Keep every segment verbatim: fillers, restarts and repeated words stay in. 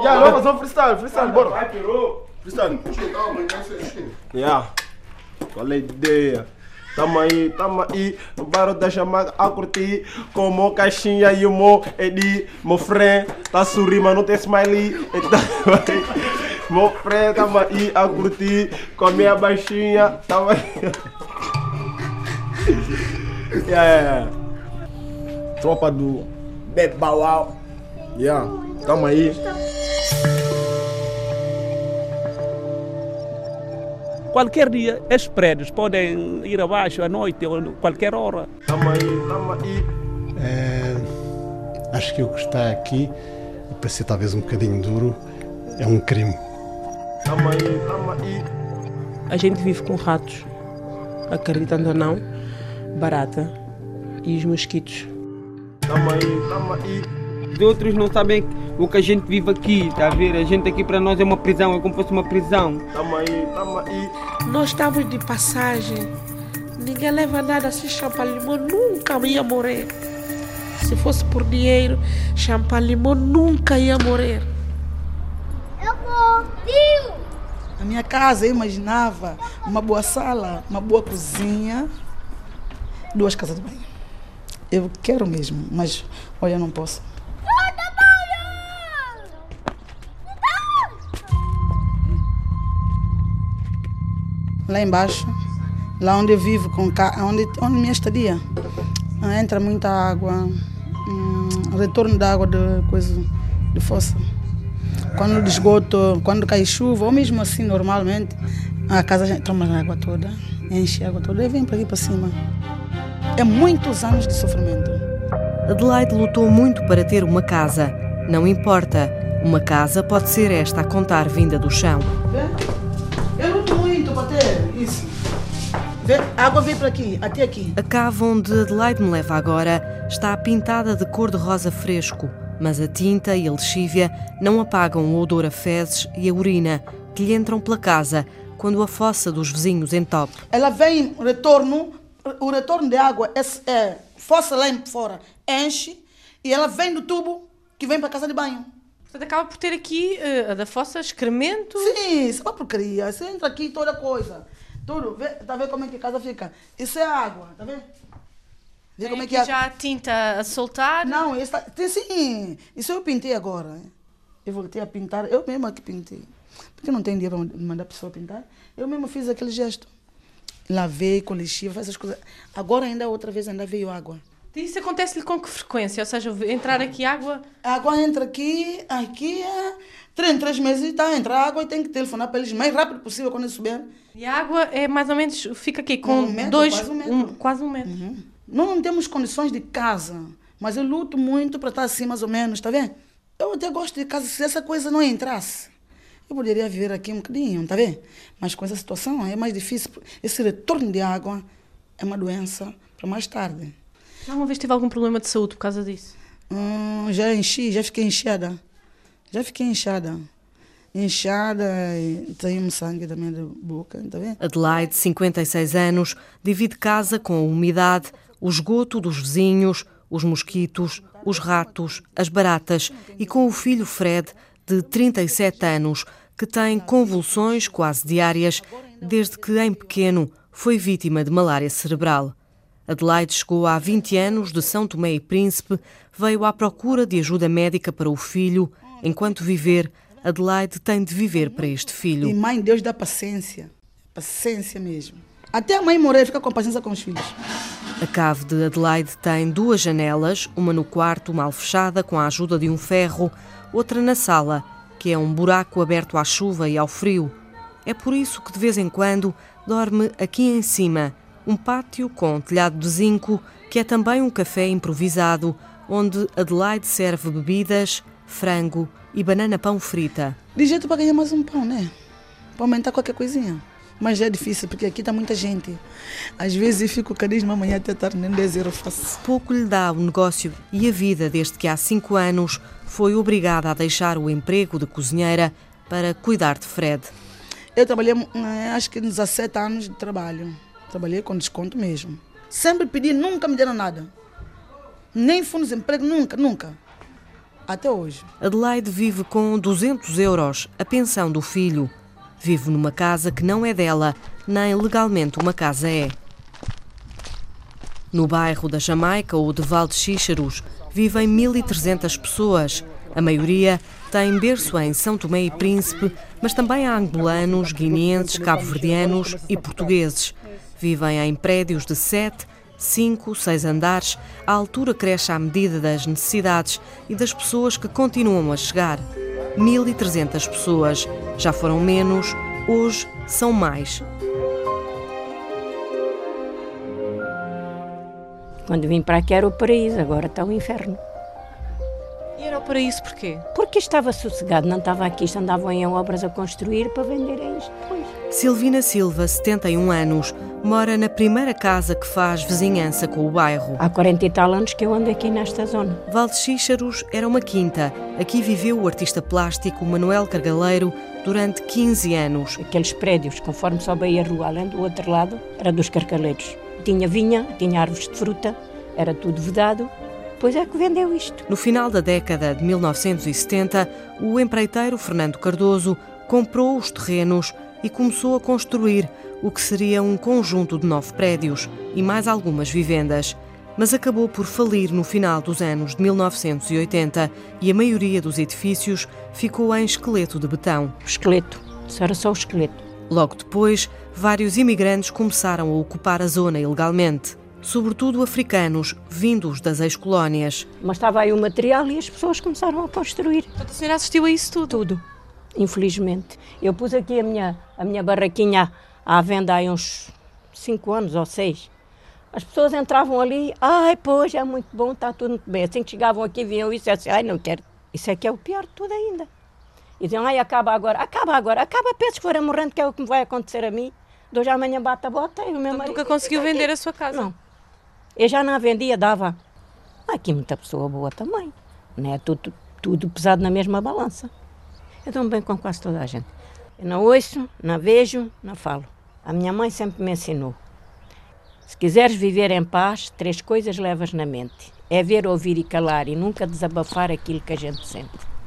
Yeah, vamos fazer um freestyle, freestyle, bora. Vai, pirou. Freestyle. Yeah. Qual é a ideia? Tamo aí, tamo aí, no bairro da chamada a curtir. Com o caixinha e o mo Edi. Meu friend, tá sorrindo, mas não tem smiley. Meu friend, tamo aí a curtir. Com a minha baixinha, tamo aí. Yeah, yeah, yeah. Tropa do Bebauau. Yeah, tamo aí. Qualquer dia, esses prédios podem ir abaixo à noite ou qualquer hora. Tamo aí, tamo aí. É, acho que o que está aqui, para ser talvez um bocadinho duro, é um crime. Tamo aí, tamo aí. A gente vive com ratos, acreditando ou não, barata e os mosquitos. Tamo aí, tamo aí. Os outros não sabem o que a gente vive aqui, tá a ver? A gente aqui para nós é uma prisão, é como se fosse uma prisão. Tamo aí, tamo aí. Nós estamos de passagem, ninguém leva nada assim, Champalimau nunca ia morrer. Se fosse por dinheiro, Champalimau nunca ia morrer. Eu vou, tio! Na minha casa eu imaginava uma boa sala, uma boa cozinha, duas casas de banho. Eu quero mesmo, mas olha, eu não posso. Lá embaixo, lá onde eu vivo, com onde, onde minha estadia, entra muita água, hum, retorno da água de coisa de fossa. Quando de esgoto, quando cai chuva, ou mesmo assim normalmente, a casa toma a água toda, enche a água toda e vem para aqui para cima. É muitos anos de sofrimento. Adelaide lutou muito para ter uma casa. Não importa, uma casa pode ser esta a contar vinda do chão. Eu luto muito para ter isso. Vê, a água vem para aqui, até aqui. A cave onde Adelaide me leva agora está pintada de cor de rosa fresco, mas a tinta e a lexívia não apagam o odor a fezes e a urina que lhe entram pela casa quando a fossa dos vizinhos entope. Ela vem, retorno, o retorno de água é, é fossa lá fora, enche e ela vem do tubo que vem para a casa de banho. Portanto, acaba por ter aqui uh, a da fossa excremento. Sim, isso é uma porcaria. Você entra aqui toda coisa. Tudo. Vê, tá vendo como é que a casa fica? Isso é água, tá vendo? Vê como é que é. Já a tinta a soltar? Não, isso tá, sim. Isso eu pintei agora. Eu voltei a pintar. Eu mesma que pintei. Porque não tem dinheiro para mandar a pessoa pintar. Eu mesma fiz aquele gesto. Lavei com lixívia, faz essas coisas. Agora ainda outra vez ainda veio água. Isso acontece-lhe com que frequência? Ou seja, entrar aqui água... A água entra aqui, aqui é... Três, três meses está, entra água e tem que telefonar para eles o mais rápido possível quando eles subirem. E a água é mais ou menos... Fica aqui com um metro, dois... Quase um metro. Um, quase um metro. Uhum. Nós não temos condições de casa, mas eu luto muito para estar assim mais ou menos, está vendo? Eu até gosto de casa, se essa coisa não entrasse. Eu poderia viver aqui um bocadinho, está vendo? Mas com essa situação é mais difícil. Esse retorno de água é uma doença para mais tarde. Já uma vez teve algum problema de saúde por causa disso? Hum, já enchi, já fiquei inchada. Já fiquei inchada. Inchada e saiu sangue da minha boca, tá vendo? Adelaide, cinquenta e seis anos, divide casa com a umidade, o esgoto dos vizinhos, os mosquitos, os ratos, as baratas e com o filho Fred, de trinta e sete anos, que tem convulsões quase diárias desde que, em pequeno, foi vítima de malária cerebral. Adelaide chegou há vinte anos de São Tomé e Príncipe, veio à procura de ajuda médica para o filho. Enquanto viver, Adelaide tem de viver para este filho. E mãe, Deus dá paciência, paciência mesmo. Até a mãe morrer, fica com paciência com os filhos. A cave de Adelaide tem duas janelas, uma no quarto mal fechada com a ajuda de um ferro, outra na sala, que é um buraco aberto à chuva e ao frio. É por isso que de vez em quando dorme aqui em cima, um pátio com telhado de zinco, que é também um café improvisado, onde Adelaide serve bebidas, frango e banana pão frita. De jeito para ganhar mais um pão, né? Para aumentar qualquer coisinha. Mas já é difícil, porque aqui está muita gente. Às vezes eu fico cadismo amanhã até tarde, nem dez euros faço. Pouco lhe dá o negócio e a vida desde que há cinco anos foi obrigada a deixar o emprego de cozinheira para cuidar de Fred. Eu trabalhei, acho que dezessete anos de trabalho. Trabalhei com desconto mesmo. Sempre pedi, nunca me deram nada. Nem fundo de desemprego, nunca, nunca. até hoje. Adelaide vive com duzentos euros, a pensão do filho. Vive numa casa que não é dela, nem legalmente uma casa é. No bairro da Jamaica ou de Val de Xíxaros vivem mil e trezentas pessoas. A maioria tem berço em São Tomé e Príncipe, mas também há angolanos, guineenses, cabo-verdianos e portugueses. Vivem em prédios de sete, cinco, seis andares. A altura cresce à medida das necessidades e das pessoas que continuam a chegar. mil e trezentas pessoas. Já foram menos, hoje são mais. Quando vim para aqui era o paraíso, agora está o inferno. E era o paraíso porquê? Porque estava sossegado, não estava aqui, isto andavam em obras a construir para venderem isto depois. Silvina Silva, setenta e um anos, mora na primeira casa que faz vizinhança com o bairro. Há quarenta e tal anos que eu ando aqui nesta zona. Val de Xíxaros era uma quinta. Aqui viveu o artista plástico Manuel Cargaleiro durante quinze anos. Aqueles prédios, conforme sobe aí a rua, além do outro lado, era dos Cargaleiros. Tinha vinha, tinha árvores de fruta, era tudo vedado. Depois é que vendeu isto. No final da década de mil novecentos e setenta, o empreiteiro Fernando Cardoso comprou os terrenos e começou a construir o que seria um conjunto de nove prédios e mais algumas vivendas. Mas acabou por falir no final dos anos de mil novecentos e oitenta e a maioria dos edifícios ficou em esqueleto de betão. O esqueleto, isso era só o esqueleto. Logo depois, vários imigrantes começaram a ocupar a zona ilegalmente. Sobretudo africanos, vindos das ex-colónias. Mas estava aí o material e as pessoas começaram a construir. Portanto, a senhora assistiu a isso tudo? Tudo, infelizmente. Eu pus aqui a minha, a minha barraquinha à venda há uns cinco anos ou seis. As pessoas entravam ali, ai, pois, é muito bom, está tudo muito bem. Assim que chegavam aqui, viam isso e assim, ai, não quero. Isso é que é o pior de tudo ainda. E diziam, ai, acaba agora, acaba agora, acaba, penso que for morrendo, que é o que me vai acontecer a mim. De hoje amanhã bate a bota e o meu marido... Nunca conseguiu vender a sua casa? Não. Eu já não a vendia, dava. Há aqui muita pessoa boa também. Não é tudo, tudo pesado na mesma balança. Eu dou-me bem com quase toda a gente. Eu não ouço, não vejo, não falo. A minha mãe sempre me ensinou. Se quiseres viver em paz, três coisas levas na mente. É ver, ouvir e calar e nunca desabafar aquilo que a gente sente.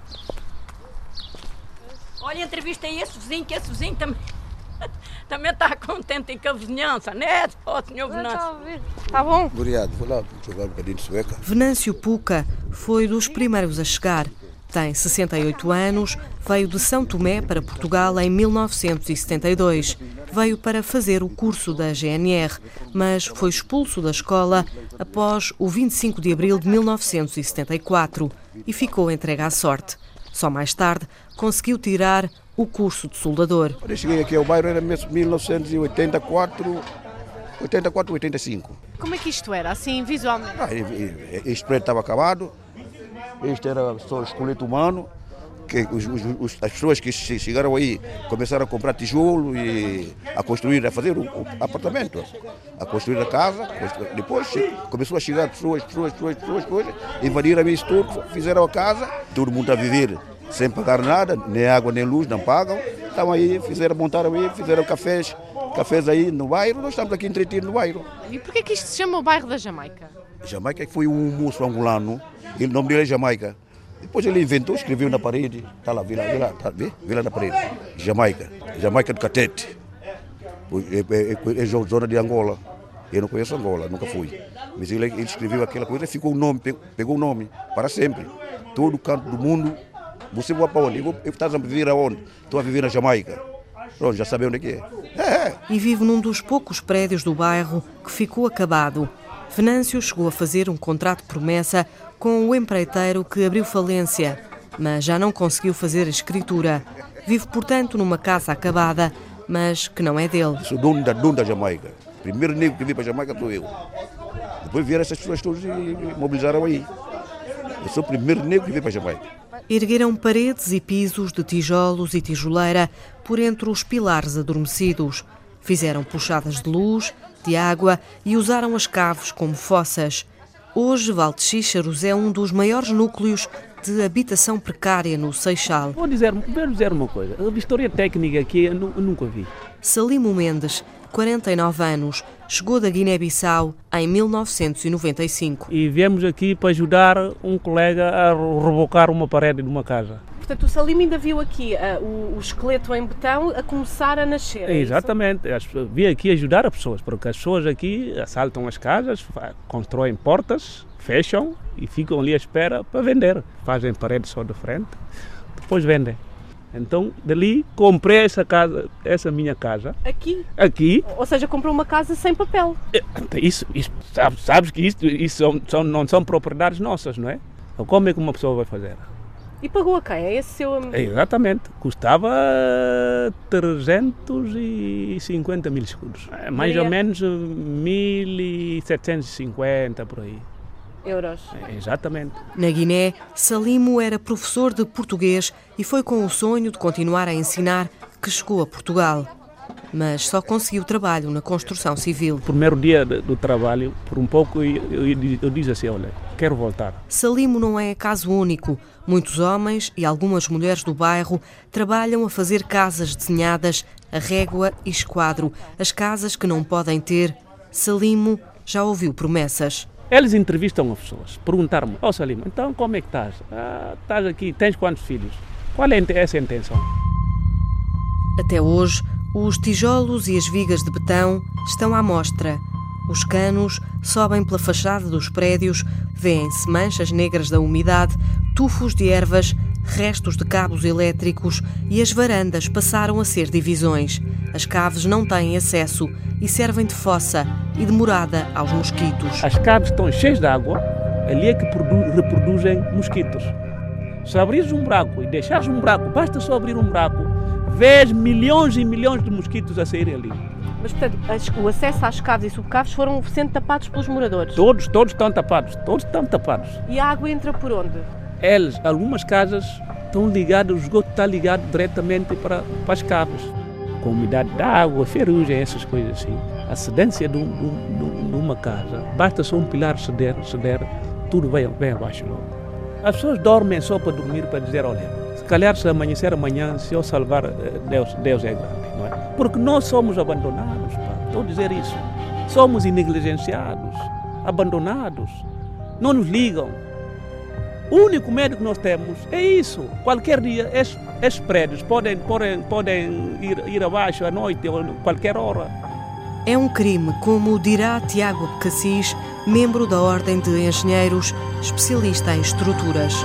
Olha, entrevistei esse vizinho, que esse vizinho também... Também está contente com a vizinhança, né? Ó, senhor Venâncio. Está bom? Obrigado. Vou lá jogar um bocadinho de sueca. Venâncio Puca foi dos primeiros a chegar. Tem sessenta e oito anos, veio de São Tomé para Portugal em mil novecentos e setenta e dois. Veio para fazer o curso da G N R, mas foi expulso da escola após o vinte e cinco de abril de mil novecentos e setenta e quatro e ficou entregue à sorte. Só mais tarde conseguiu tirar o curso de soldador. Quando eu cheguei aqui ao bairro era mil novecentos e oitenta e quatro, oitenta e quatro, oitenta e cinco. Como é que isto era, assim, visualmente? Ah, este prédio estava acabado, este era só o esqueleto humano, que os, os, as pessoas que chegaram aí começaram a comprar tijolo e a construir, a fazer o, o apartamento, a construir a casa. Depois começou a chegar pessoas, pessoas, pessoas, pessoas, pessoas, invadiram isso tudo, fizeram a casa, todo mundo a viver sem pagar nada, nem água nem luz, não pagam. Estavam aí, fizeram, montaram aí, fizeram cafés, cafés aí no bairro, nós estamos aqui entretidos no bairro. E por que é que isto se chama o bairro da Jamaica? Jamaica foi um moço angolano, o nome dele é Jamaica. Depois ele inventou, escreveu na parede, está lá, vê lá, vê lá, tá, vê? Vê lá na parede, Jamaica, Jamaica do Catete, é, é, é zona de Angola. Eu não conheço Angola, nunca fui. Mas ele, ele escreveu aquela coisa e ficou o nome, pegou o nome para sempre. Todo canto do mundo. Você vai para onde? Eu, eu estás a viver aonde? Estou a viver na Jamaica. Pronto, já sabe onde é que é. É, é. E vive num dos poucos prédios do bairro que ficou acabado. Venâncio chegou a fazer um contrato de promessa com o empreiteiro que abriu falência, mas já não conseguiu fazer a escritura. Vive, portanto, numa casa acabada, mas que não é dele. Sou dono da, dono da Jamaica. Primeiro negro que veio para a Jamaica sou eu. Depois vieram essas pessoas todas e mobilizaram aí. Eu sou o primeiro negro que veio para a Jamaica. Ergueram paredes e pisos de tijolos e tijoleira por entre os pilares adormecidos. Fizeram puxadas de luz, de água e usaram as caves como fossas. Hoje, Val de Xíxaros é um dos maiores núcleos de habitação precária no Seixal. Vou dizer, vou dizer uma coisa, a vistoria técnica aqui eu nunca vi. Salimo Mendes, quarenta e nove anos, chegou da Guiné-Bissau em mil novecentos e noventa e cinco. E viemos aqui para ajudar um colega a rebocar uma parede de uma casa. Portanto, o Salimo ainda viu aqui uh, o, o esqueleto em betão a começar a nascer. É exatamente. As, vim aqui ajudar as pessoas, porque as pessoas aqui assaltam as casas, constroem portas, fecham e ficam ali à espera para vender. Fazem parede só de frente, depois vendem. Então, dali, comprei essa casa, essa minha casa. Aqui? Aqui. Ou seja, comprou uma casa sem papel. Isso, isso sabes, sabes que isso, isso são, são, não são propriedades nossas, não é? Então, como é que uma pessoa vai fazer? E pagou a quem? É esse seu amigo? Exatamente. Custava trezentos e cinquenta mil escudos. Mais ou menos mil e setecentos e cinquenta por aí. Euros. Exatamente. Na Guiné, Salimo era professor de português e foi com o sonho de continuar a ensinar que chegou a Portugal. Mas só conseguiu trabalho na construção civil. No primeiro dia do trabalho, por um pouco, eu, eu, eu disse assim, olha, quero voltar. Salimo não é caso único. Muitos homens e algumas mulheres do bairro trabalham a fazer casas desenhadas a régua e esquadro. As casas que não podem ter. Salimo já ouviu promessas. Eles entrevistam as pessoas, perguntaram-me, ó oh, Salimo, então como é que estás? Ah, estás aqui, tens quantos filhos? Qual é essa intenção? Até hoje, os tijolos e as vigas de betão estão à mostra. Os canos sobem pela fachada dos prédios, vêem-se manchas negras da umidade, tufos de ervas, restos de cabos elétricos e as varandas passaram a ser divisões. As caves não têm acesso e servem de fossa e de morada aos mosquitos. As caves estão cheias de água, ali é que reproduzem mosquitos. Se abrires um buraco e deixares um buraco, basta só abrir um buraco, vês milhões e milhões de mosquitos a saírem ali. Mas, portanto, o acesso às caves e subcaves foram sendo tapados pelos moradores? Todos, todos estão tapados, todos estão tapados. E a água entra por onde? Eles, algumas casas estão ligadas, o esgoto está ligado diretamente para, para as caves. Com umidade da água, ferrugem, essas coisas assim. A cedência de, um, de, de uma casa, basta só um pilar ceder, ceder tudo vem, vem abaixo logo. As pessoas dormem só para dormir, para dizer, olha, se calhar se amanhecer amanhã, se eu salvar, Deus, Deus é grande, não é? Porque nós somos abandonados, pá. Estou a dizer isso. Somos negligenciados, abandonados, não nos ligam. O único medo que nós temos é isso. Qualquer dia, esses, esses prédios podem, podem, podem ir, ir abaixo à noite ou a qualquer hora. É um crime, como dirá Tiago Cassis, membro da Ordem de Engenheiros, especialista em estruturas.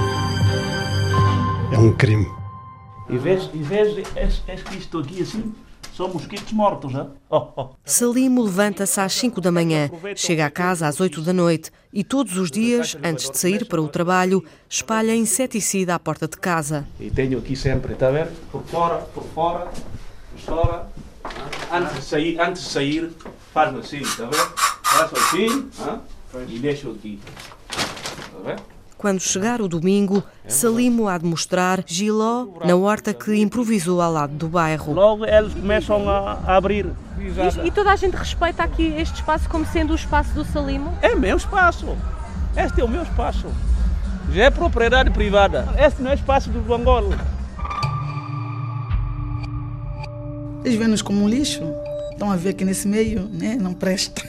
É um crime. E vês, e vês és que isto aqui assim, são mosquitos mortos, não? Oh, oh. Salimo levanta-se às cinco da manhã, chega à casa às oito da noite e todos os dias, antes de sair para o trabalho, espalha inseticida à porta de casa. E tenho aqui sempre, está a ver? Por fora, por fora, por fora. Antes de sair, antes de sair faz assim, está a ver? Faço assim, ah? E deixo aqui. Está a ver? Quando chegar o domingo, Salimo há de mostrar Giló na horta que improvisou ao lado do bairro. Logo eles começam a, a abrir. E, e toda a gente respeita aqui este espaço como sendo o espaço do Salimo? É meu espaço. Este é o meu espaço. Já é propriedade privada. Este não é espaço do Angola. Eles veem-nos como um lixo. Estão a ver aqui nesse meio, né? Não presta.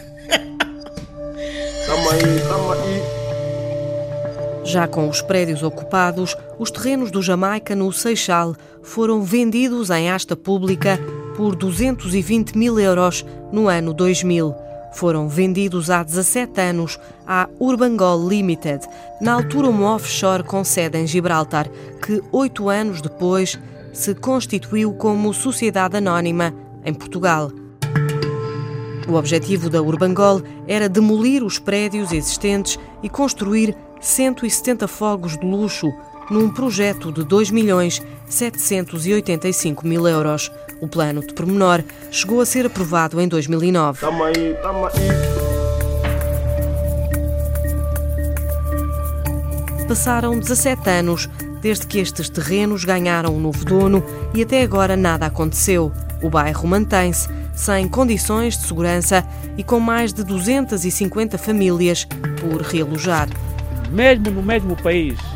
Tamo aí, tamo aí. Já com os prédios ocupados, os terrenos do Jamaica no Seixal foram vendidos em asta pública por duzentos e vinte mil euros no ano dois mil. Foram vendidos há dezassete anos à Urbangol Limited, na altura uma offshore com sede em Gibraltar, que oito anos depois se constituiu como sociedade anónima em Portugal. O objetivo da Urbangol era demolir os prédios existentes e construir cento e setenta fogos de luxo num projeto de dois milhões setecentos e oitenta e cinco mil euros. O plano de pormenor chegou a ser aprovado em dois mil e nove. Tamo aí, tamo aí. Passaram dezassete anos desde que estes terrenos ganharam um novo dono e até agora nada aconteceu. O bairro mantém-se sem condições de segurança e com mais de duzentas e cinquenta famílias por realojar. Mesmo no mesmo país,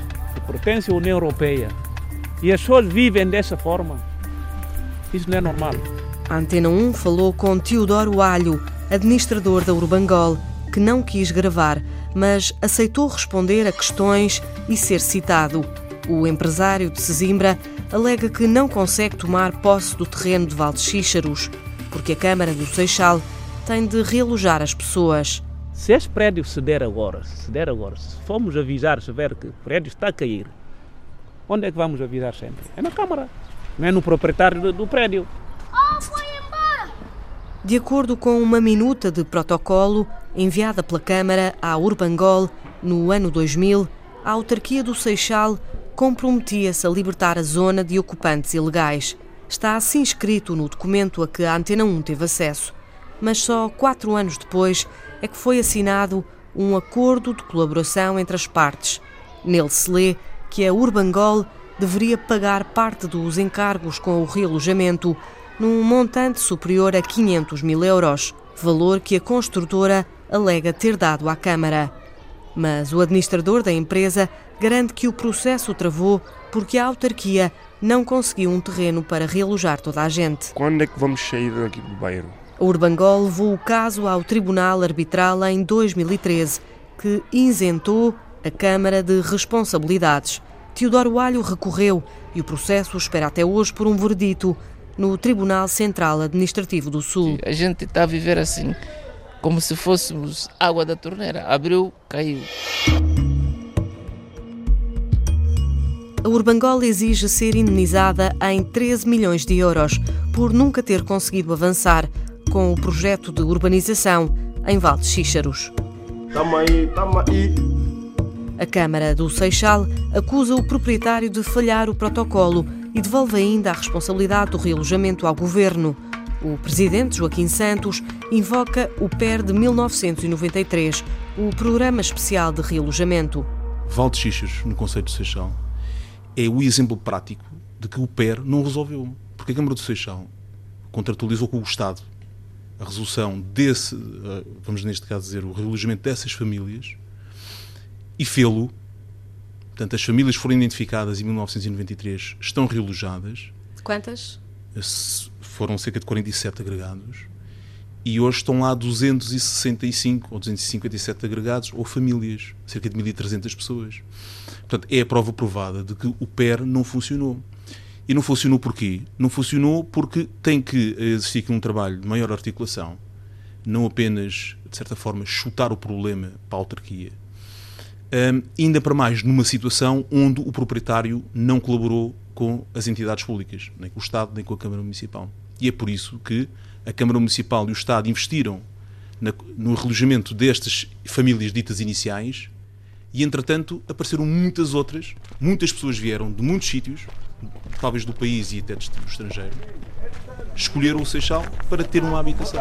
pertence à União Europeia e as pessoas vivem dessa forma. Isso não é normal. A Antena um falou com Teodoro Alho, administrador da Urbangol, que não quis gravar, mas aceitou responder a questões e ser citado. O empresário de Sesimbra alega que não consegue tomar posse do terreno de Val de Xíxaros, porque a Câmara do Seixal tem de realojar as pessoas. Se este prédio se der agora, se der agora, se formos avisar, se ver que o prédio está a cair, onde é que vamos avisar sempre? É na Câmara, não é no proprietário do, do prédio. Oh, foi embora! De acordo com uma minuta de protocolo enviada pela Câmara à Urbangol no ano dois mil, a autarquia do Seixal comprometia-se a libertar a zona de ocupantes ilegais. Está assim escrito no documento a que a Antena um teve acesso, mas só quatro anos depois é que foi assinado um acordo de colaboração entre as partes. Nele se lê que a Urbangol deveria pagar parte dos encargos com o realojamento num montante superior a quinhentos mil euros, valor que a construtora alega ter dado à Câmara. Mas o administrador da empresa garante que o processo travou porque a autarquia não conseguiu um terreno para realojar toda a gente. Quando é que vamos sair daqui do bairro? A Urbangol levou o caso ao Tribunal Arbitral em dois mil e treze, que isentou a Câmara de responsabilidades. Teodoro Alho recorreu e o processo espera até hoje por um verdito no Tribunal Central Administrativo do Sul. A gente está a viver assim, como se fôssemos água da torneira. Abriu, caiu. A Urbangol exige ser indenizada em treze milhões de euros por nunca ter conseguido avançar com o projeto de urbanização em Val de Xíxaros. Tamo aí, tamo aí. A Câmara do Seixal acusa o proprietário de falhar o protocolo e devolve ainda a responsabilidade do realojamento ao governo. O presidente Joaquim Santos invoca o P E R de mil novecentos e noventa e três, o Programa Especial de Realojamento. Val de Xíxaros, no concelho de Seixal, é o exemplo prático de que o P E R não resolveu. Porque a Câmara do Seixal contratualizou com o Estado a resolução desse, vamos neste caso dizer, o realojamento dessas famílias e fê-lo. Portanto, as famílias foram identificadas em mil novecentos e noventa e três, estão realojadas. Quantas? Foram cerca de quarenta e sete agregados e hoje estão lá duzentos e sessenta e cinco ou duzentos e cinquenta e sete agregados ou famílias, cerca de mil e trezentas pessoas. Portanto, é a prova provada de que o P E R não funcionou. E não funcionou porquê? Não funcionou porque tem que existir aqui um trabalho de maior articulação, não apenas, de certa forma, chutar o problema para a autarquia, um, ainda para mais numa situação onde o proprietário não colaborou com as entidades públicas, nem com o Estado, nem com a Câmara Municipal. E é por isso que a Câmara Municipal e o Estado investiram na, no realojamento destas famílias ditas iniciais e, entretanto, apareceram muitas outras, muitas pessoas vieram de muitos sítios, talvez do país e até do estrangeiro, escolheram o Seixal para ter uma habitação.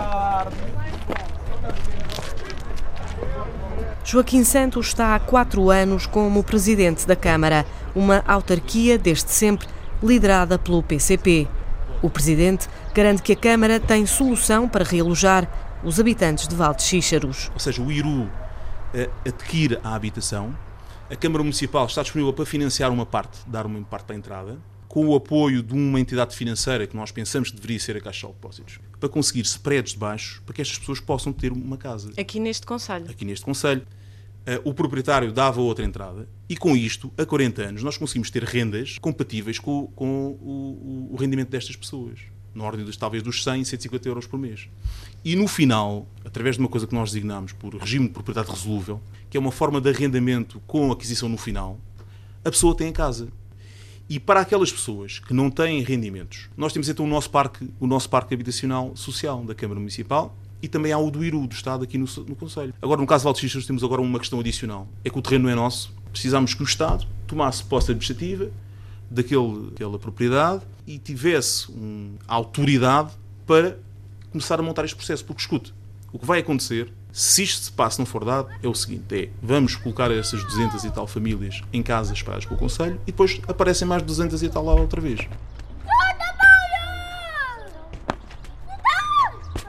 Joaquim Santos está há quatro anos como presidente da Câmara, uma autarquia desde sempre liderada pelo P C P. O presidente garante que a Câmara tem solução para realojar os habitantes de Val de Xíxaros. Ou seja, o I R U adquire a habitação, a Câmara Municipal está disponível para financiar uma parte, dar uma parte da entrada, com o apoio de uma entidade financeira que nós pensamos que deveria ser a Caixa de Depósitos, para conseguir spreads de baixo para que estas pessoas possam ter uma casa. Aqui neste concelho? Aqui neste concelho. Uh, o proprietário dava outra entrada e com isto, a quarenta anos, nós conseguimos ter rendas compatíveis com, com o, o, o rendimento destas pessoas, na ordem dos, talvez dos cem, cento e cinquenta euros por mês. E no final, através de uma coisa que nós designamos por regime de propriedade resolúvel, que é uma forma de arrendamento com aquisição no final, a pessoa tem a casa. E para aquelas pessoas que não têm rendimentos, nós temos então o nosso parque, o nosso parque habitacional social da Câmara Municipal e também há o do I R U, do Estado, aqui no, no Concelho. Agora, no caso de Val de Xíxaros, temos agora uma questão adicional. É que o terreno não é nosso. Precisamos que o Estado tomasse posse administrativa daquele, daquela propriedade e tivesse um, a autoridade para começar a montar este processo. Porque, escute, o que vai acontecer, se isto se passa não for dado, é o seguinte, é, vamos colocar essas duzentas e tal famílias em casas espalhadas pelo Concelho e depois aparecem mais duzentas e tal lá outra vez.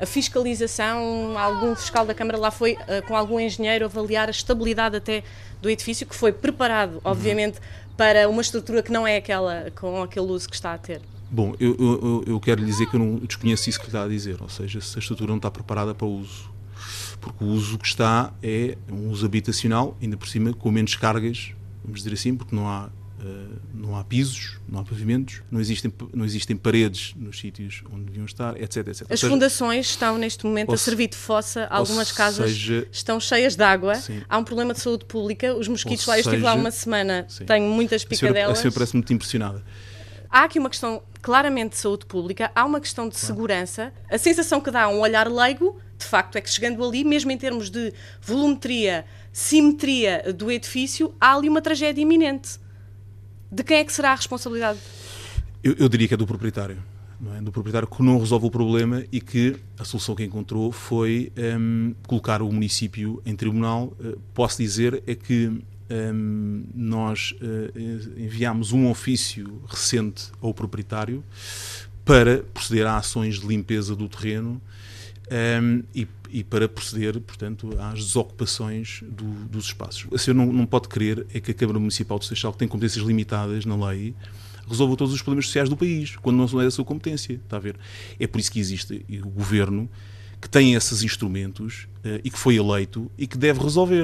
a fiscalização, algum fiscal da Câmara lá foi uh, com algum engenheiro avaliar a estabilidade até do edifício, que foi preparado, obviamente, uhum. para uma estrutura que não é aquela com aquele uso que está a ter? Bom, eu, eu, eu quero lhe dizer que eu não desconheço isso que lhe está a dizer, ou seja, se a estrutura não está preparada para o uso. Porque o uso que está é um uso habitacional, ainda por cima com menos cargas, vamos dizer assim, porque não há, uh, não há pisos, não há pavimentos, não existem, não existem paredes nos sítios onde deviam estar, etc, etcétera. As seja, fundações estão neste momento a servir de fossa, algumas casas seja, estão cheias de água, sim. há um problema de saúde pública, os mosquitos lá, eu seja, estive lá uma semana, sim. tenho muitas picadelas. A senhora parece muito impressionada. Há aqui uma questão claramente de saúde pública, há uma questão de segurança, a sensação que dá a um olhar leigo, de facto, é que chegando ali, mesmo em termos de volumetria, simetria do edifício, há ali uma tragédia iminente. De quem é que será a responsabilidade? Eu, eu diria que é do proprietário. Não é? Do proprietário que não resolve o problema e que a solução que encontrou foi um, colocar o município em tribunal. Uh, posso dizer é que um, nós uh, enviámos um ofício recente ao proprietário para proceder a ações de limpeza do terreno um, e, e para proceder, portanto, às desocupações do, dos espaços. A senhora não, não pode crer é que a Câmara Municipal do Seixal, que tem competências limitadas na lei, resolva todos os problemas sociais do país, quando não é da sua competência, está a ver? É por isso que existe o Governo, que tem esses instrumentos uh, e que foi eleito e que deve resolver.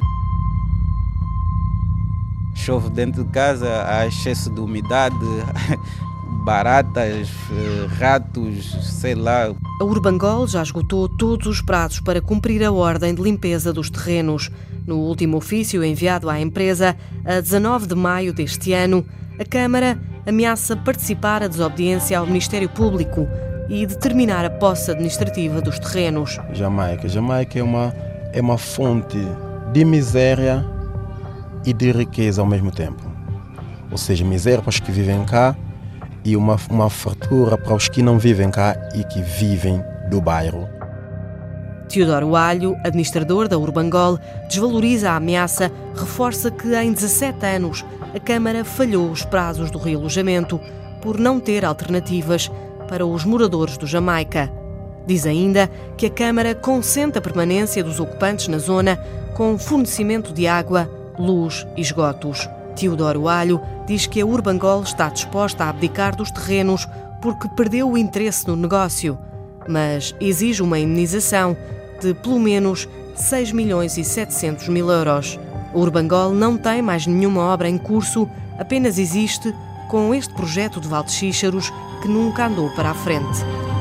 Chove dentro de casa, há excesso de umidade, baratas, ratos, sei lá. A Urbangol já esgotou todos os prazos para cumprir a ordem de limpeza dos terrenos. No último ofício enviado à empresa, a dezanove de maio deste ano, a Câmara ameaça participar a desobediência ao Ministério Público e determinar a posse administrativa dos terrenos. Jamaica. Jamaica é uma, é uma fonte de miséria e de riqueza ao mesmo tempo. Ou seja, miséria para os que vivem cá e uma, uma fartura para os que não vivem cá e que vivem do bairro. Teodoro Alho, administrador da Urbangol, desvaloriza a ameaça, reforça que em dezassete anos a Câmara falhou os prazos do realojamento por não ter alternativas para os moradores do Jamaica. Diz ainda que a Câmara consente a permanência dos ocupantes na zona com fornecimento de água, luz e esgotos. Teodoro Alho diz que a Urbangol está disposta a abdicar dos terrenos porque perdeu o interesse no negócio, mas exige uma indenização de pelo menos seis milhões e setecentos mil euros. A Urbangol não tem mais nenhuma obra em curso, apenas existe com este projeto de Valdexíxaros que nunca andou para a frente.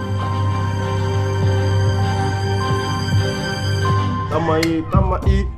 Tamo aí, tamo aí.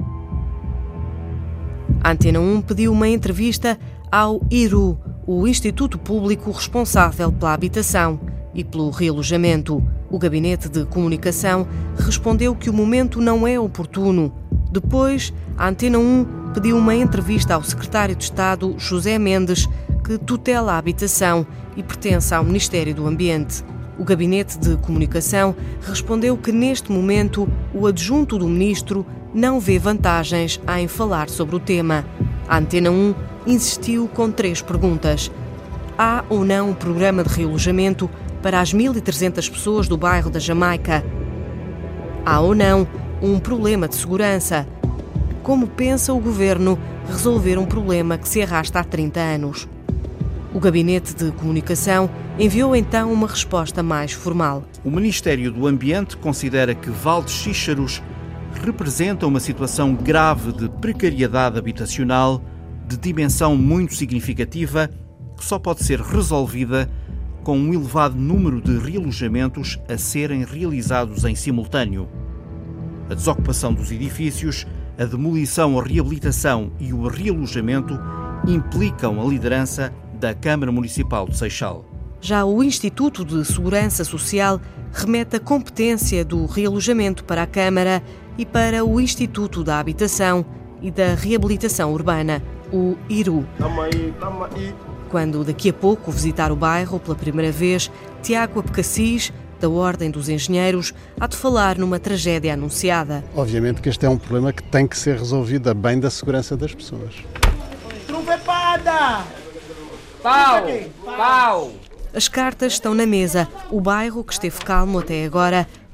A Antena um pediu uma entrevista ao I R U, o Instituto Público responsável pela habitação e pelo realojamento. O Gabinete de Comunicação respondeu que o momento não é oportuno. Depois, a Antena um pediu uma entrevista ao secretário de Estado, José Mendes, que tutela a habitação e pertence ao Ministério do Ambiente. O Gabinete de Comunicação respondeu que, neste momento, o adjunto do ministro não vê vantagens em falar sobre o tema. A Antena um insistiu com três perguntas. Há ou não um programa de realojamento para as mil e trezentas pessoas do bairro da Jamaica? Há ou não um problema de segurança? Como pensa o Governo resolver um problema que se arrasta há trinta anos? O Gabinete de Comunicação enviou então uma resposta mais formal. O Ministério do Ambiente considera que Valdexíxaros representa uma situação grave de precariedade habitacional de dimensão muito significativa que só pode ser resolvida com um elevado número de realojamentos a serem realizados em simultâneo. A desocupação dos edifícios, a demolição, a reabilitação e o realojamento implicam a liderança da Câmara Municipal de Seixal. Já o Instituto de Segurança Social remete a competência do realojamento para a Câmara e para o Instituto da Habitação e da Reabilitação Urbana, o I R U. Tamo aí, tamo aí. Quando daqui a pouco visitar o bairro pela primeira vez, Tiago Apocassis, da Ordem dos Engenheiros, há de falar numa tragédia anunciada. Obviamente que este é um problema que tem que ser resolvido a bem da segurança das pessoas. Trompepada! Pau! Pau! As cartas estão na mesa. O bairro, que esteve calmo até agora,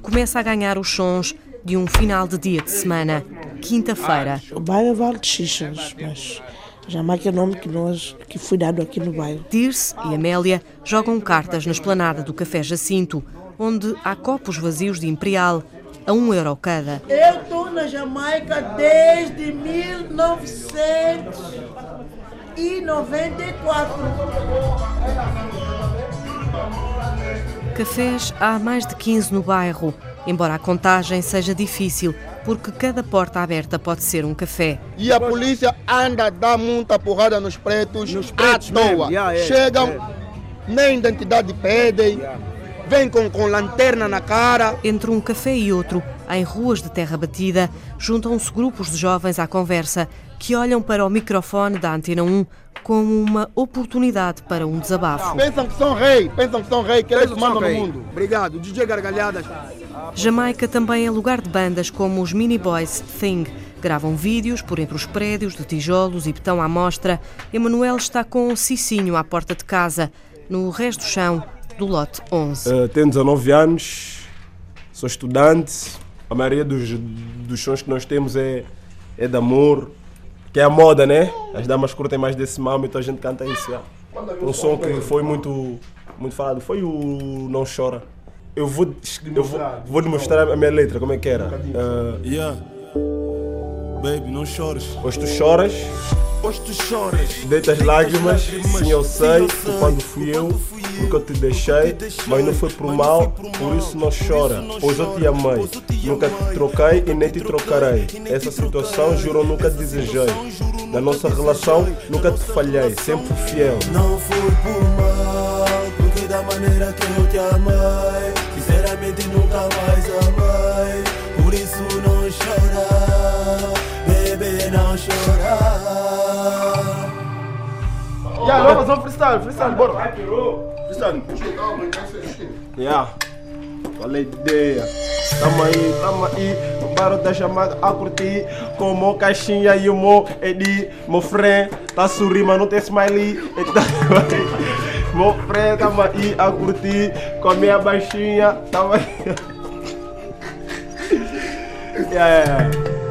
começa a ganhar os sons de um final de dia de semana, quinta-feira. O bairro é Vale de Xixas, mas Jamaica é o nome que, nós, que foi dado aqui no bairro. Tirce e Amélia jogam cartas na esplanada do Café Jacinto, onde há copos vazios de Imperial, a um euro cada. Eu estou na Jamaica desde mil novecentos e noventa e quatro. Cafés há mais de quinze no bairro, embora a contagem seja difícil, porque cada porta aberta pode ser um café. E a polícia anda a dar muita porrada nos pretos, nos pretos à toa. Yeah, yeah, Chegam, yeah. nem identidade pedem, yeah. vêm com, com lanterna na cara. Entre um café e outro, em ruas de terra batida, juntam-se grupos de jovens à conversa que olham para o microfone da Antena um como uma oportunidade para um desabafo. Pensam que são rei, pensam que são rei, que eles mandam no mundo. Obrigado, D J Gargalhadas. Jamaica também é lugar de bandas como os Mini Boys Thing. Gravam vídeos por entre os prédios de tijolos e betão à mostra. Emanuel está com um cicinho à porta de casa, no resto do chão do lote onze. Uh, tenho dezanove anos, sou estudante. A maioria dos, dos sons que nós temos é, é de amor, que é a moda, né? As damas curtem mais desse mamo, então a gente canta isso. Yeah. Um som que foi muito, muito falado foi o Não Chora. Eu vou, eu vou, vou demonstrar a minha letra, como é que era. Uh, yeah. Baby, não chores. Hoje tu choras, hoje tu choras. Deitas lágrimas, sim eu sei, que quando fui eu, nunca te deixei, mas não foi por mal, por isso não chora. Hoje eu te amei, nunca te troquei e nem te trocarei. Essa situação juro eu nunca desejei. Na nossa relação nunca te falhei, sempre fiel. Não foi por mal, porque da maneira que eu te amei, sinceramente nunca mais amei. Por isso não chora, bebê, não chora. Yeah, vamos fazer um freestyle, freestyle, bora. Freestyle. Yeah, qual é a ideia? Tamo aí, tamo aí, no bairro da Jamaica a curtir. Com o caixinha e o mo Edi, meu friend, tá sorrindo, mas não tem smiley. Meu friend, tamo aí a curtir. Com a minha baixinha, tamo aí. Yeah.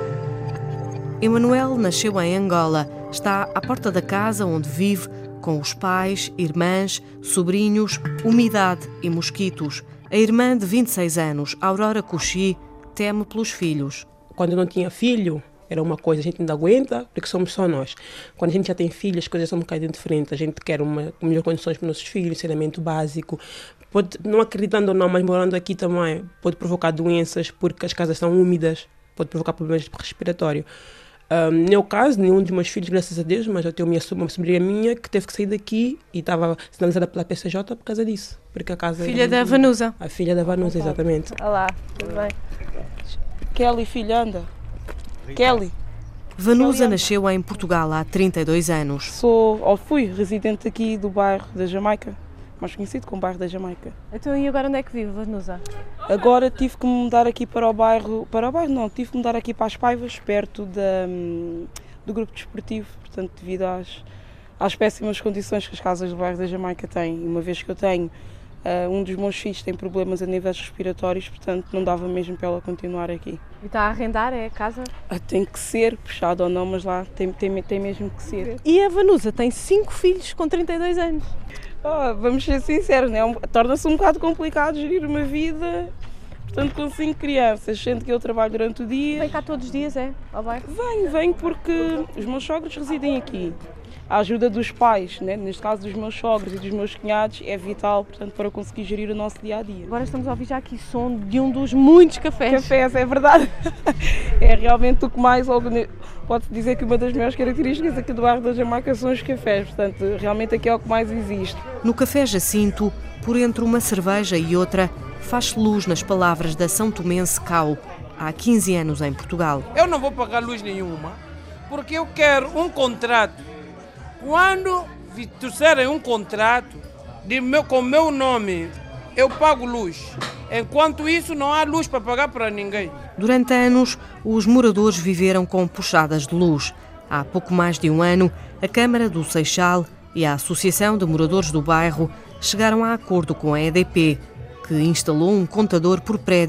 Emanuel nasceu em Angola, está à porta da casa onde vive, com os pais, irmãs, sobrinhos, umidade e mosquitos. A irmã de vinte e seis anos, Aurora Cuxi, teme pelos filhos. Quando eu não tinha filho, era uma coisa, a gente ainda aguenta, porque somos só nós. Quando a gente já tem filhos, as coisas são um bocadinho diferentes. A gente quer uma melhor condições para os nossos filhos, saneamento básico. Pode, não acreditando ou não, mas morando aqui também, pode provocar doenças, porque as casas são úmidas, pode provocar problemas respiratórios. Um, no meu caso, nenhum dos meus filhos, graças a Deus, mas eu tenho uma, uma sobrinha minha que teve que sair daqui e estava sinalizada pela P C J por causa disso. Porque a casa filha da Vanusa. A filha da Vanusa, exatamente. Olá, tudo bem? Kelly, filha, anda. Kelly. Vanusa nasceu em Portugal há trinta e dois anos. Sou, ou fui, residente aqui do bairro da Jamaica, mais conhecido como bairro da Jamaica. Então e agora onde é que vive, Vanusa? Agora tive que me mudar aqui para o bairro, para o bairro não, tive que me mudar aqui para as Paivas, perto da, do grupo desportivo, portanto devido às, às péssimas condições que as casas do bairro da Jamaica têm. Uma vez que eu tenho, uh, um dos meus filhos tem problemas a níveis respiratórios, portanto não dava mesmo para ela continuar aqui. E está a arrendar, é a casa? Ah, tem que ser, puxado ou não, mas lá tem, tem, tem mesmo que ser. E a Vanusa tem cinco filhos com trinta e dois anos. Oh, vamos ser sinceros, né? Torna-se um bocado complicado gerir uma vida, portanto com cinco crianças, sendo que eu trabalho durante o dia. Vem cá todos os dias, é? Ao bairro? Venho, venho porque os meus sogros residem aqui. A ajuda dos pais, né? Neste caso dos meus sogros e dos meus cunhados, é vital, portanto, para conseguir gerir o nosso dia-a-dia. Agora estamos a ouvir já aqui som de um dos muitos cafés. Cafés, é verdade. É realmente o que mais, pode-se dizer que uma das maiores características aqui do bairro da Jamaica são os cafés, portanto, realmente aqui é o que mais existe. No Café Jacinto, por entre uma cerveja e outra, faz luz nas palavras da São Tomense Cao, há quinze anos em Portugal. Eu não vou pagar luz nenhuma, porque eu quero um contrato. Quando trouxerem um contrato de meu, com meu nome, eu pago luz. Enquanto isso, não há luz para pagar para ninguém. Durante anos, os moradores viveram com puxadas de luz. Há pouco mais de um ano, a Câmara do Seixal e a Associação de Moradores do Bairro chegaram a acordo com a E D P, que instalou um contador por prédio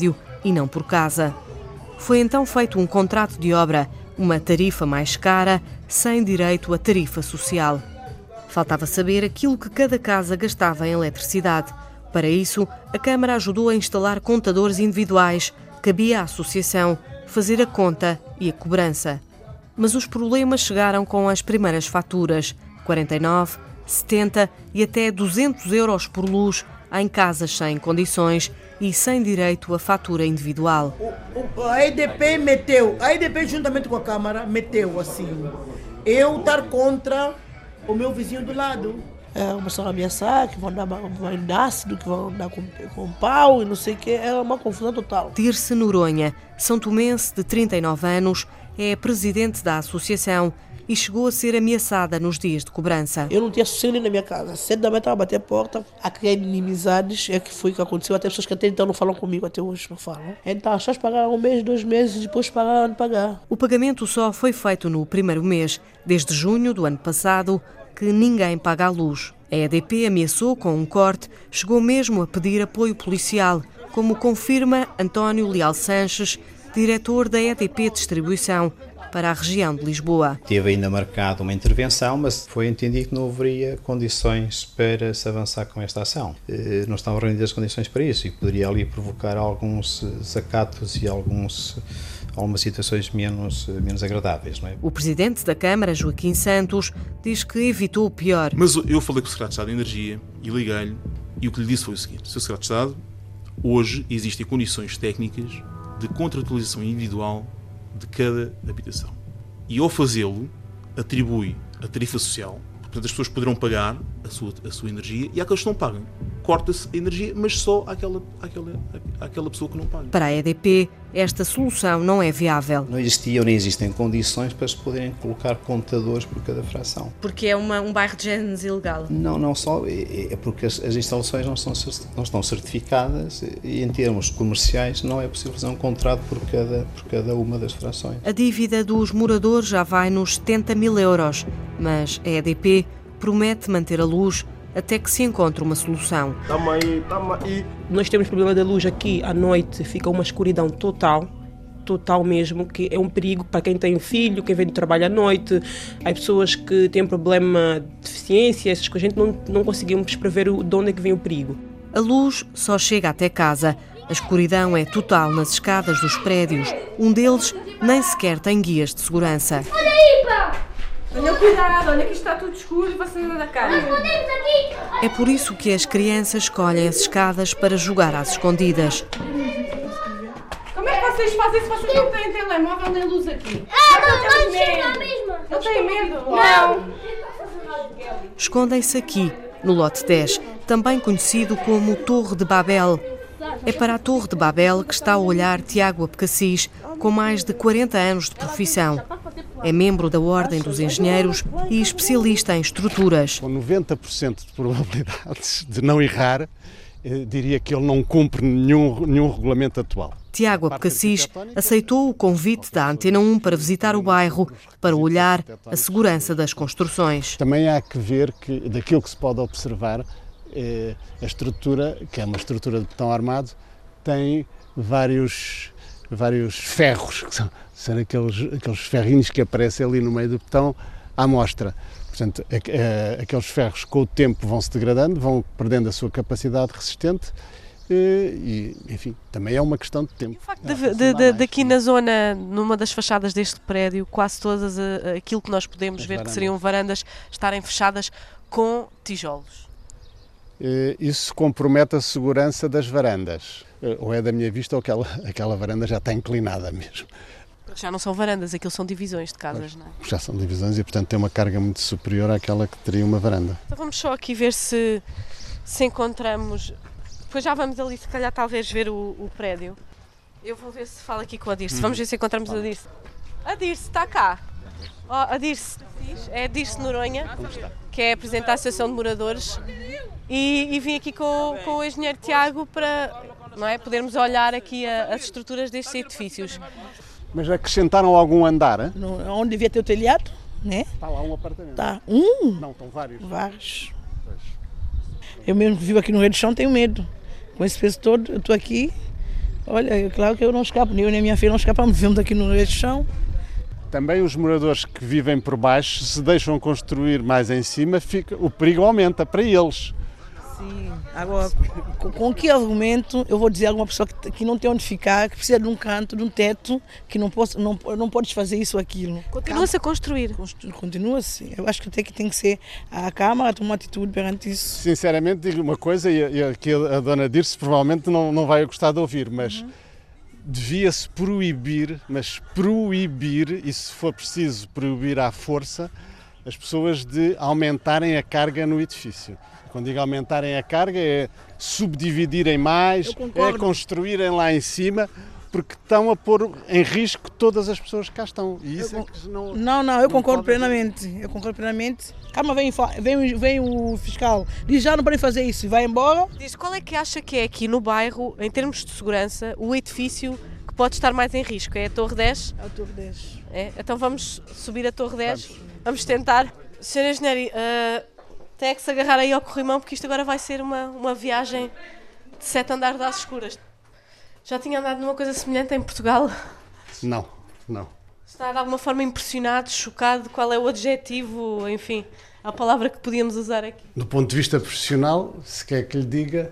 e não por casa. Foi então feito um contrato de obra, uma tarifa mais cara, sem direito a tarifa social. Faltava saber aquilo que cada casa gastava em eletricidade. Para isso, a Câmara ajudou a instalar contadores individuais. Cabia à associação fazer a conta e a cobrança. Mas os problemas chegaram com as primeiras faturas, quarenta e nove, setenta e até duzentos euros por luz em casas sem condições e sem direito a fatura individual. O, o, a E D P meteu, a E D P juntamente com a Câmara meteu assim, eu estar contra o meu vizinho do lado. É, começaram a ameaçar que vão dar mais ácido, que vão dar com, com pau e não sei o que, é uma confusão total. Tirce Noronha, são tomense de trinta e nove anos, é presidente da associação e chegou a ser ameaçada nos dias de cobrança. Eu não tinha sossego na minha casa. Sete da manhã estava a bater a porta, a criar inimizades. É que foi o que aconteceu. Até pessoas que até então não falam comigo, até hoje não falam. Então as pessoas pagaram um mês, dois meses, depois pagaram de pagar. O pagamento só foi feito no primeiro mês, desde junho do ano passado, que ninguém paga a luz. A E D P ameaçou com um corte, chegou mesmo a pedir apoio policial, como confirma António Leal Sanches, diretor da E D P Distribuição para a região de Lisboa. Teve ainda marcado uma intervenção, mas foi entendido que não haveria condições para se avançar com esta ação. Não estavam reunidas as condições para isso e poderia ali provocar alguns desacatos e alguns, algumas situações menos, menos agradáveis. Não é? O presidente da Câmara, Joaquim Santos, diz que evitou o pior. Mas eu falei com o secretário de Estado de Energia e liguei-lhe e o que lhe disse foi o seguinte: senhor secretário de Estado, hoje existem condições técnicas de contratualização individual de cada habitação. E ao fazê-lo, atribui a tarifa social, portanto as pessoas poderão pagar a sua, a sua energia e aqueles que não pagam. Corta-se a energia, mas só àquela, àquela, àquela pessoa que não paga. Para a E D P, esta solução não é viável. Não existiam nem existem condições para se poderem colocar contadores por cada fração. Porque é uma, um bairro de géneros ilegal? Não, não só. É, é porque as, as instalações não, são, não estão certificadas e em termos comerciais não é possível fazer um contrato por cada, por cada uma das frações. A dívida dos moradores já vai nos setenta mil euros, mas a E D P promete manter a luz até que se encontre uma solução. Tamo aí, tamo aí. Nós temos problema de luz aqui à noite, fica uma escuridão total, total mesmo, que é um perigo para quem tem filho, quem vem de trabalho à noite. Há pessoas que têm problema de deficiência, essas coisas, a gente não, não conseguimos prever de onde é que vem o perigo. A luz só chega até casa. A escuridão é total nas escadas dos prédios. Um deles nem sequer tem guias de segurança. Olha aí, pá! Olha, cuidado, olha que está tudo escuro e você anda da cara. É por isso que as crianças escolhem as escadas para jogar às escondidas. Como é que vocês fazem se vocês não têm telemóvel nem luz aqui? Ah, não, não, chega à mesma. Não têm medo? Não. Escondem-se aqui, no lote dez, também conhecido como Torre de Babel. É para a Torre de Babel que está a olhar Tiago Abcacis, com mais de quarenta anos de profissão. É membro da Ordem dos Engenheiros e especialista em estruturas. Com noventa por cento de probabilidades de não errar, diria que ele não cumpre nenhum, nenhum regulamento atual. Tiago Abcacis aceitou o convite da Antena um para visitar o bairro, para olhar a segurança das construções. Também há que ver que, daquilo que se pode observar, é, a estrutura, que é uma estrutura de betão armado, tem vários, vários ferros, que são, são aqueles, aqueles ferrinhos que aparecem ali no meio do betão à mostra. Portanto, a, a, aqueles ferros com o tempo vão se degradando, vão perdendo a sua capacidade resistente e, enfim, também é uma questão de tempo. O facto de, de, de, daqui na zona, numa das fachadas deste prédio, quase todas a, aquilo que nós podemos As ver varandas. que seriam varandas estarem fechadas com tijolos. Isso compromete a segurança das varandas. Ou é da minha vista ou aquela, aquela varanda já está inclinada mesmo. Já não são varandas, aquilo são divisões de casas, não é? Já são divisões e, portanto, tem uma carga muito superior àquela que teria uma varanda. Então vamos só aqui ver se, se encontramos... Depois já vamos ali, se calhar, talvez ver o, o prédio. Eu vou ver se falo aqui com a Dirce. Hum. Vamos ver se encontramos a Dirce. A Dirce está cá. Oh, a Dirce, é a Dirce Noronha, que é a Presidente da Associação de Moradores. E, e vim aqui com, com o engenheiro Tiago para, não é, podermos olhar aqui a, as estruturas destes edifícios. Mas acrescentaram algum andar, hein? No, onde devia ter o telhado, né? Está lá um apartamento. Está um? Não, estão vários. Vários. Eu mesmo que vivo aqui no Rio de Chão tenho medo. Com esse peso todo, eu estou aqui, Olha, claro que eu não escapo, nem eu nem a minha filha não escapamos, vivemos aqui no resto do chão. Também os moradores que vivem por baixo, se deixam construir mais em cima, fica, o perigo aumenta para eles. Sim, agora, com, com que argumento eu vou dizer a alguma pessoa que, que não tem onde ficar, que precisa de um canto, de um teto, que não, posso, não, não podes fazer isso ou aquilo? Continua-se a construir. Continua-se. Eu acho que tem, que tem que ser a Câmara a tomar uma atitude perante isso. Sinceramente, digo uma coisa, e, e aqui a dona Dirce provavelmente não, não vai gostar de ouvir, mas uhum. devia-se proibir, mas proibir, e se for preciso proibir à força, as pessoas de aumentarem a carga no edifício. Quando digo aumentarem a carga é subdividirem mais, é construírem lá em cima, porque estão a pôr em risco todas as pessoas que cá estão. E isso eu, é que não, não, não, eu não concordo plenamente. Eu concordo plenamente. Calma, vem, vem, vem o fiscal, diz já não podem fazer isso e vai embora. Diz, qual é que acha que é aqui no bairro, em termos de segurança, o edifício que pode estar mais em risco? É a Torre dez? É a Torre dez. É? Então vamos subir a Torre dez? Vamos, vamos tentar. senhora Engenheira, uh, tem que se agarrar aí ao corrimão, porque isto agora vai ser uma, uma viagem de sete andares às escuras. Já tinha andado numa coisa semelhante em Portugal? Não, não. Está de alguma forma impressionado, chocado? Qual é o adjetivo, enfim, a palavra que podíamos usar aqui? Do ponto de vista profissional, se quer que lhe diga,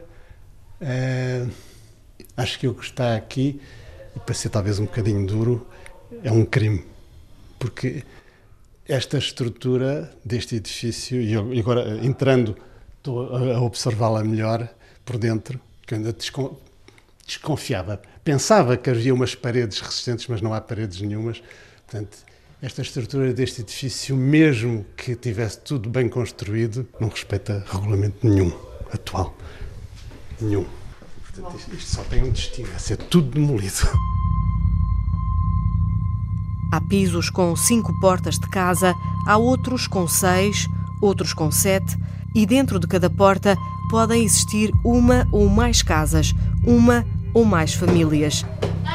é, acho que o que está aqui, e para ser talvez um bocadinho duro, é um crime. Porque esta estrutura deste edifício, e eu, agora entrando, estou a observá-la melhor por dentro, que eu ainda desconfiava. Pensava que havia umas paredes resistentes, mas não há paredes nenhumas. Portanto, esta estrutura deste edifício, mesmo que tivesse tudo bem construído, não respeita regulamento nenhum atual. Nenhum. Portanto, isto, isto só tem um destino, é ser tudo demolido. Há pisos com cinco portas de casa, há outros com seis, outros com sete, e dentro de cada porta podem existir uma ou mais casas, uma ou mais famílias.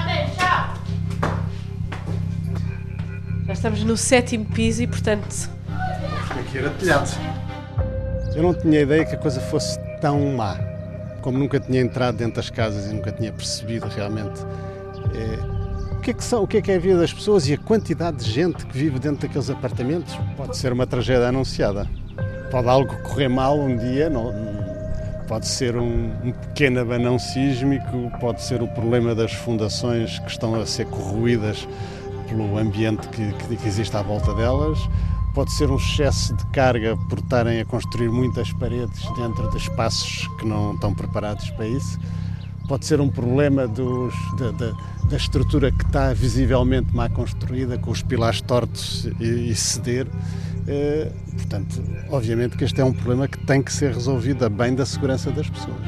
Já estamos no sétimo piso e, portanto... Aqui era telhado. Eu não tinha ideia que a coisa fosse tão má. Como nunca tinha entrado dentro das casas e nunca tinha percebido realmente... É... O que, é que são, o que é que é a vida das pessoas e a quantidade de gente que vive dentro daqueles apartamentos? Pode ser uma tragédia anunciada. Pode algo correr mal um dia, não, pode ser um, um pequeno abanão sísmico, pode ser o problema das fundações que estão a ser corroídas pelo ambiente que, que existe à volta delas, pode ser um excesso de carga por estarem a construir muitas paredes dentro de espaços que não estão preparados para isso. Pode ser um problema dos, da, da, da estrutura que está visivelmente mal construída, com os pilares tortos e, e ceder. Eh, portanto, obviamente que este é um problema que tem que ser resolvido a bem da segurança das pessoas.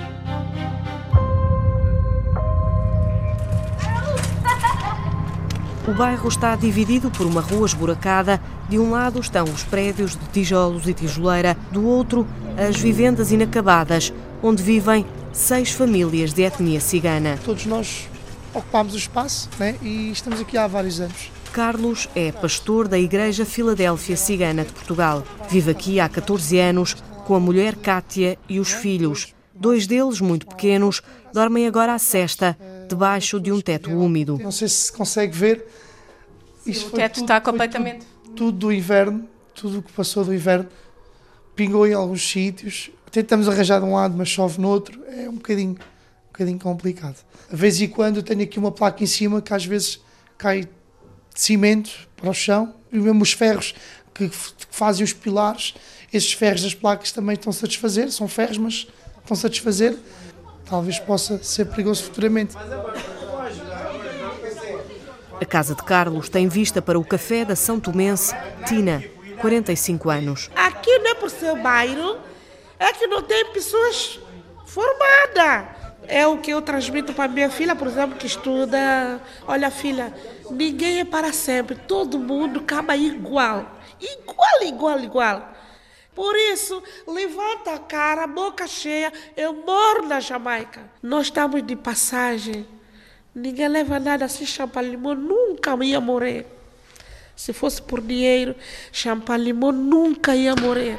O bairro está dividido por uma rua esburacada. De um lado estão os prédios de tijolos e tijoleira, do outro as vivendas inacabadas, onde vivem seis famílias de etnia cigana. Todos nós ocupámos o espaço, né, e estamos aqui há vários anos. Carlos é pastor da Igreja Filadélfia Cigana de Portugal. Vive aqui há catorze anos com a mulher Cátia e os filhos. Dois deles, muito pequenos, dormem agora à sesta, debaixo de um teto úmido. Não sei se consegue ver. Isto o teto tudo, está completamente... Tudo, tudo do inverno, tudo o que passou do inverno, pingou em alguns sítios. Tentamos arranjar de um lado, mas chove no outro. É um bocadinho, um bocadinho complicado. De vez em quando eu tenho aqui uma placa em cima que às vezes cai de cimento para o chão. E mesmo os ferros que fazem os pilares, esses ferros das placas também estão-se a desfazer. São ferros, mas estão-se a desfazer. Talvez possa ser perigoso futuramente. A casa de Carlos tem vista para o café da São Tomense Tina, quarenta e cinco anos. Aqui não é por seu bairro, é que não tem pessoas formadas. É o que eu transmito para minha filha, por exemplo, que estuda. Olha, filha, ninguém é para sempre, todo mundo acaba igual. Igual, igual, igual. Por isso, levanta a cara, boca cheia, eu moro na Jamaica. Nós estamos de passagem. Ninguém leva nada assim, Champalimau nunca ia morrer. Se fosse por dinheiro, Champalimau nunca ia morrer.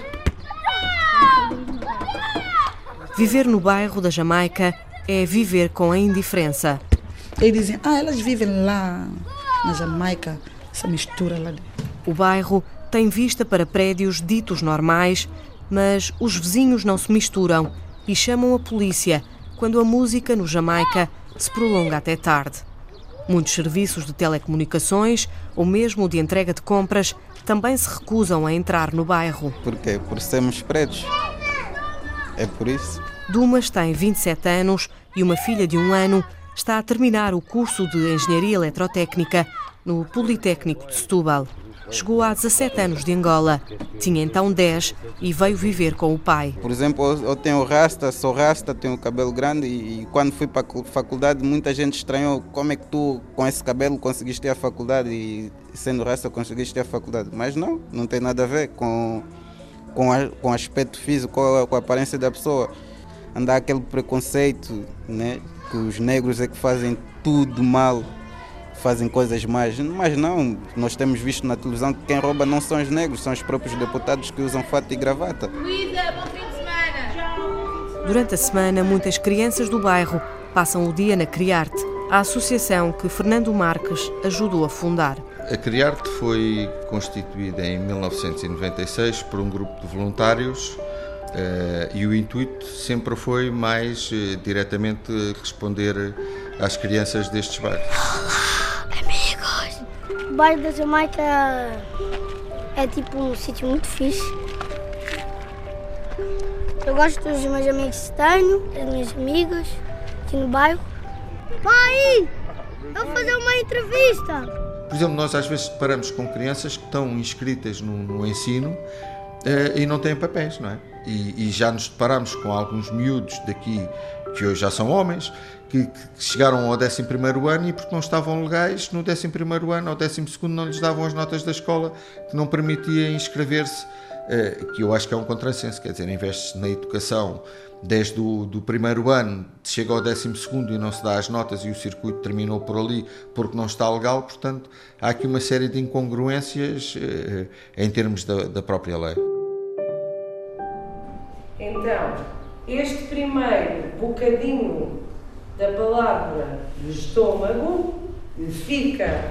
Viver no bairro da Jamaica é viver com a indiferença. Eles dizem, ah, elas vivem lá na Jamaica, essa mistura lá. O bairro tem vista para prédios ditos normais, mas os vizinhos não se misturam e chamam a polícia quando a música no Jamaica se prolonga até tarde. Muitos serviços de telecomunicações ou mesmo de entrega de compras também se recusam a entrar no bairro. Por quê? Por sermos pretos. É por isso. Dumas tem vinte e sete anos e uma filha de um ano está a terminar o curso de Engenharia Eletrotécnica no Politécnico de Setúbal. Chegou há dezassete anos de Angola, tinha então dez e veio viver com o pai. Por exemplo, eu tenho rasta, sou rasta, tenho cabelo grande e, e quando fui para a faculdade muita gente estranhou como é que tu com esse cabelo conseguiste ter a faculdade e sendo rasta conseguiste ter a faculdade. Mas não, não tem nada a ver com, com, a, com o aspecto físico, com a, com a aparência da pessoa. Andar aquele preconceito, né, que os negros é que fazem tudo mal. Fazem coisas mais, mas não, nós temos visto na televisão que quem rouba não são os negros, são os próprios deputados que usam fato e gravata. Luísa, bom fim de semana! Durante a semana, muitas crianças do bairro passam o dia na Criarte, a associação que Fernando Marques ajudou a fundar. A Criarte foi constituída em mil novecentos e noventa e seis por um grupo de voluntários uh, e o intuito sempre foi mais uh, diretamente responder às crianças destes bairros. O bairro da Jamaica é tipo um sítio muito fixe. Eu gosto dos meus amigos que tenho, das minhas amigas aqui no bairro. Pai, eu vou fazer uma entrevista. Por exemplo, nós às vezes deparamos com crianças que estão inscritas no, no ensino eh, e não têm papéis, não é? E, e já nos deparamos com alguns miúdos daqui que hoje já são homens, que, que chegaram ao décimo primeiro ano e porque não estavam legais, no décimo primeiro ano, ao décimo segundo não lhes davam as notas da escola, que não permitia inscrever-se, eh, que eu acho que é um contrassenso, quer dizer, investe-se na educação desde o do primeiro ano, chega ao décimo segundo e não se dá as notas e o circuito terminou por ali porque não está legal, portanto, há aqui uma série de incongruências eh, em termos da, da própria lei. Então, este primeiro bocadinho da palavra do estômago fica,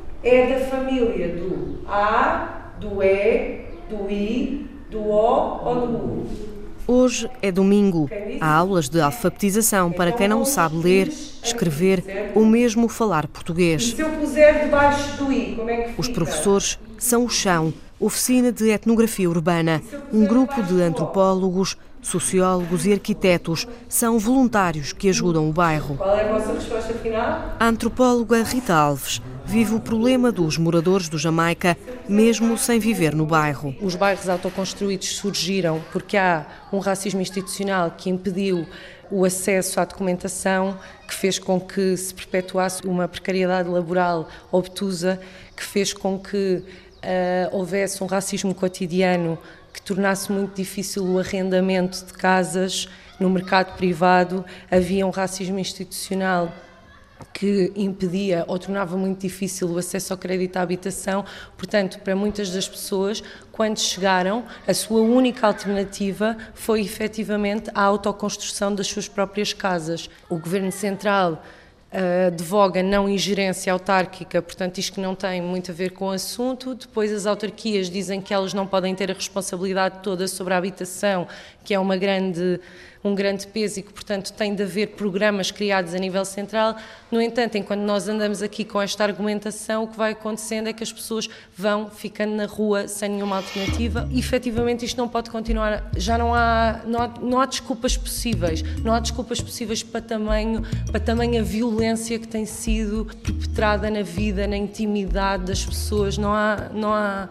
é da família do A, do E, do I, do O ou do U. Hoje é domingo. Há aulas de alfabetização para quem não sabe ler, escrever ou mesmo falar português. E se eu puser debaixo do I, como é que fica? Os professores são o Chão, oficina de etnografia urbana. Um grupo de antropólogos, sociólogos e arquitetos são voluntários que ajudam o bairro. Qual é a vossa resposta final? A antropóloga Rita Alves vive o problema dos moradores do Jamaica, mesmo sem viver no bairro. Os bairros autoconstruídos surgiram porque há um racismo institucional que impediu o acesso à documentação, que fez com que se perpetuasse uma precariedade laboral obtusa, que fez com que uh, houvesse um racismo cotidiano que tornasse muito difícil o arrendamento de casas no mercado privado. Havia um racismo institucional que impedia ou tornava muito difícil o acesso ao crédito à habitação. Portanto, para muitas das pessoas, quando chegaram, a sua única alternativa foi efetivamente a autoconstrução das suas próprias casas. O Governo Central Uh, advoga não ingerência autárquica, portanto isto que não tem muito a ver com o assunto. Depois as autarquias dizem que elas não podem ter a responsabilidade toda sobre a habitação, que é uma grande, um grande peso e que portanto tem de haver programas criados a nível central. No entanto, enquanto nós andamos aqui com esta argumentação, o que vai acontecendo é que as pessoas vão ficando na rua sem nenhuma alternativa e efetivamente isto não pode continuar. Já não há, não há, não há desculpas possíveis, não há desculpas possíveis para tamanho, para tamanho a violência que tem sido perpetrada na vida, na intimidade das pessoas. Não há, não há,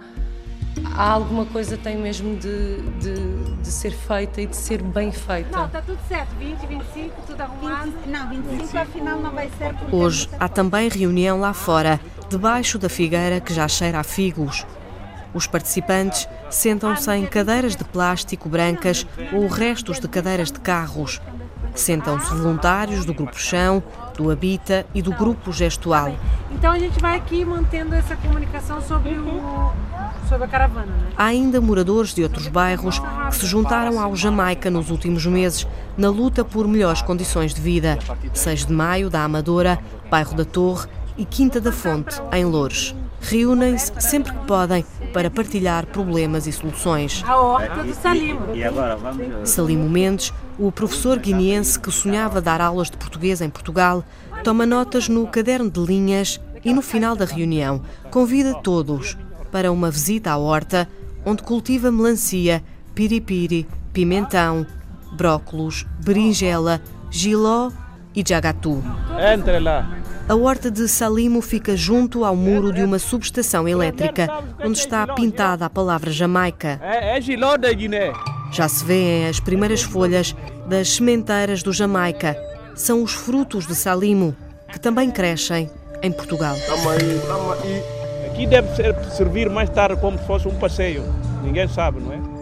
há alguma coisa que tem mesmo de, de, de ser feita e de ser bem feita. Não, está tudo certo, vinte, vinte e cinco, tudo arrumado. vinte, não, vinte e cinco afinal não vai ser. Hoje há também reunião lá fora, debaixo da figueira que já cheira a figos. Os participantes sentam-se em cadeiras de plástico brancas ou restos de cadeiras de carros. Sentam-se voluntários do Grupo Chão, do Habita e do Grupo Gestual. Então a gente vai aqui mantendo essa comunicação sobre o, sobre a caravana, não é? Há ainda moradores de outros bairros que se juntaram ao Jamaica nos últimos meses na luta por melhores condições de vida. seis de maio, da Amadora, Bairro da Torre e Quinta da Fonte, em Loures. Reúnem-se sempre que podem para partilhar problemas e soluções. A horta do Salimo. Salimo Mendes, o professor guineense que sonhava dar aulas de português em Portugal, toma notas no caderno de linhas e no final da reunião convida todos para uma visita à horta onde cultiva melancia, piripiri, pimentão, brócolos, berinjela, giló e jagatu. Entre lá. A horta de Salimo fica junto ao muro de uma subestação elétrica, onde está pintada a palavra Jamaica. É, é giló da Guiné. Já se vêem as primeiras folhas das sementeiras do Jamaica. São os frutos de Salimo, que também crescem em Portugal. Tamo aí, tamo aí. Aqui deve ser, servir mais tarde como se fosse um passeio. Ninguém sabe, não é?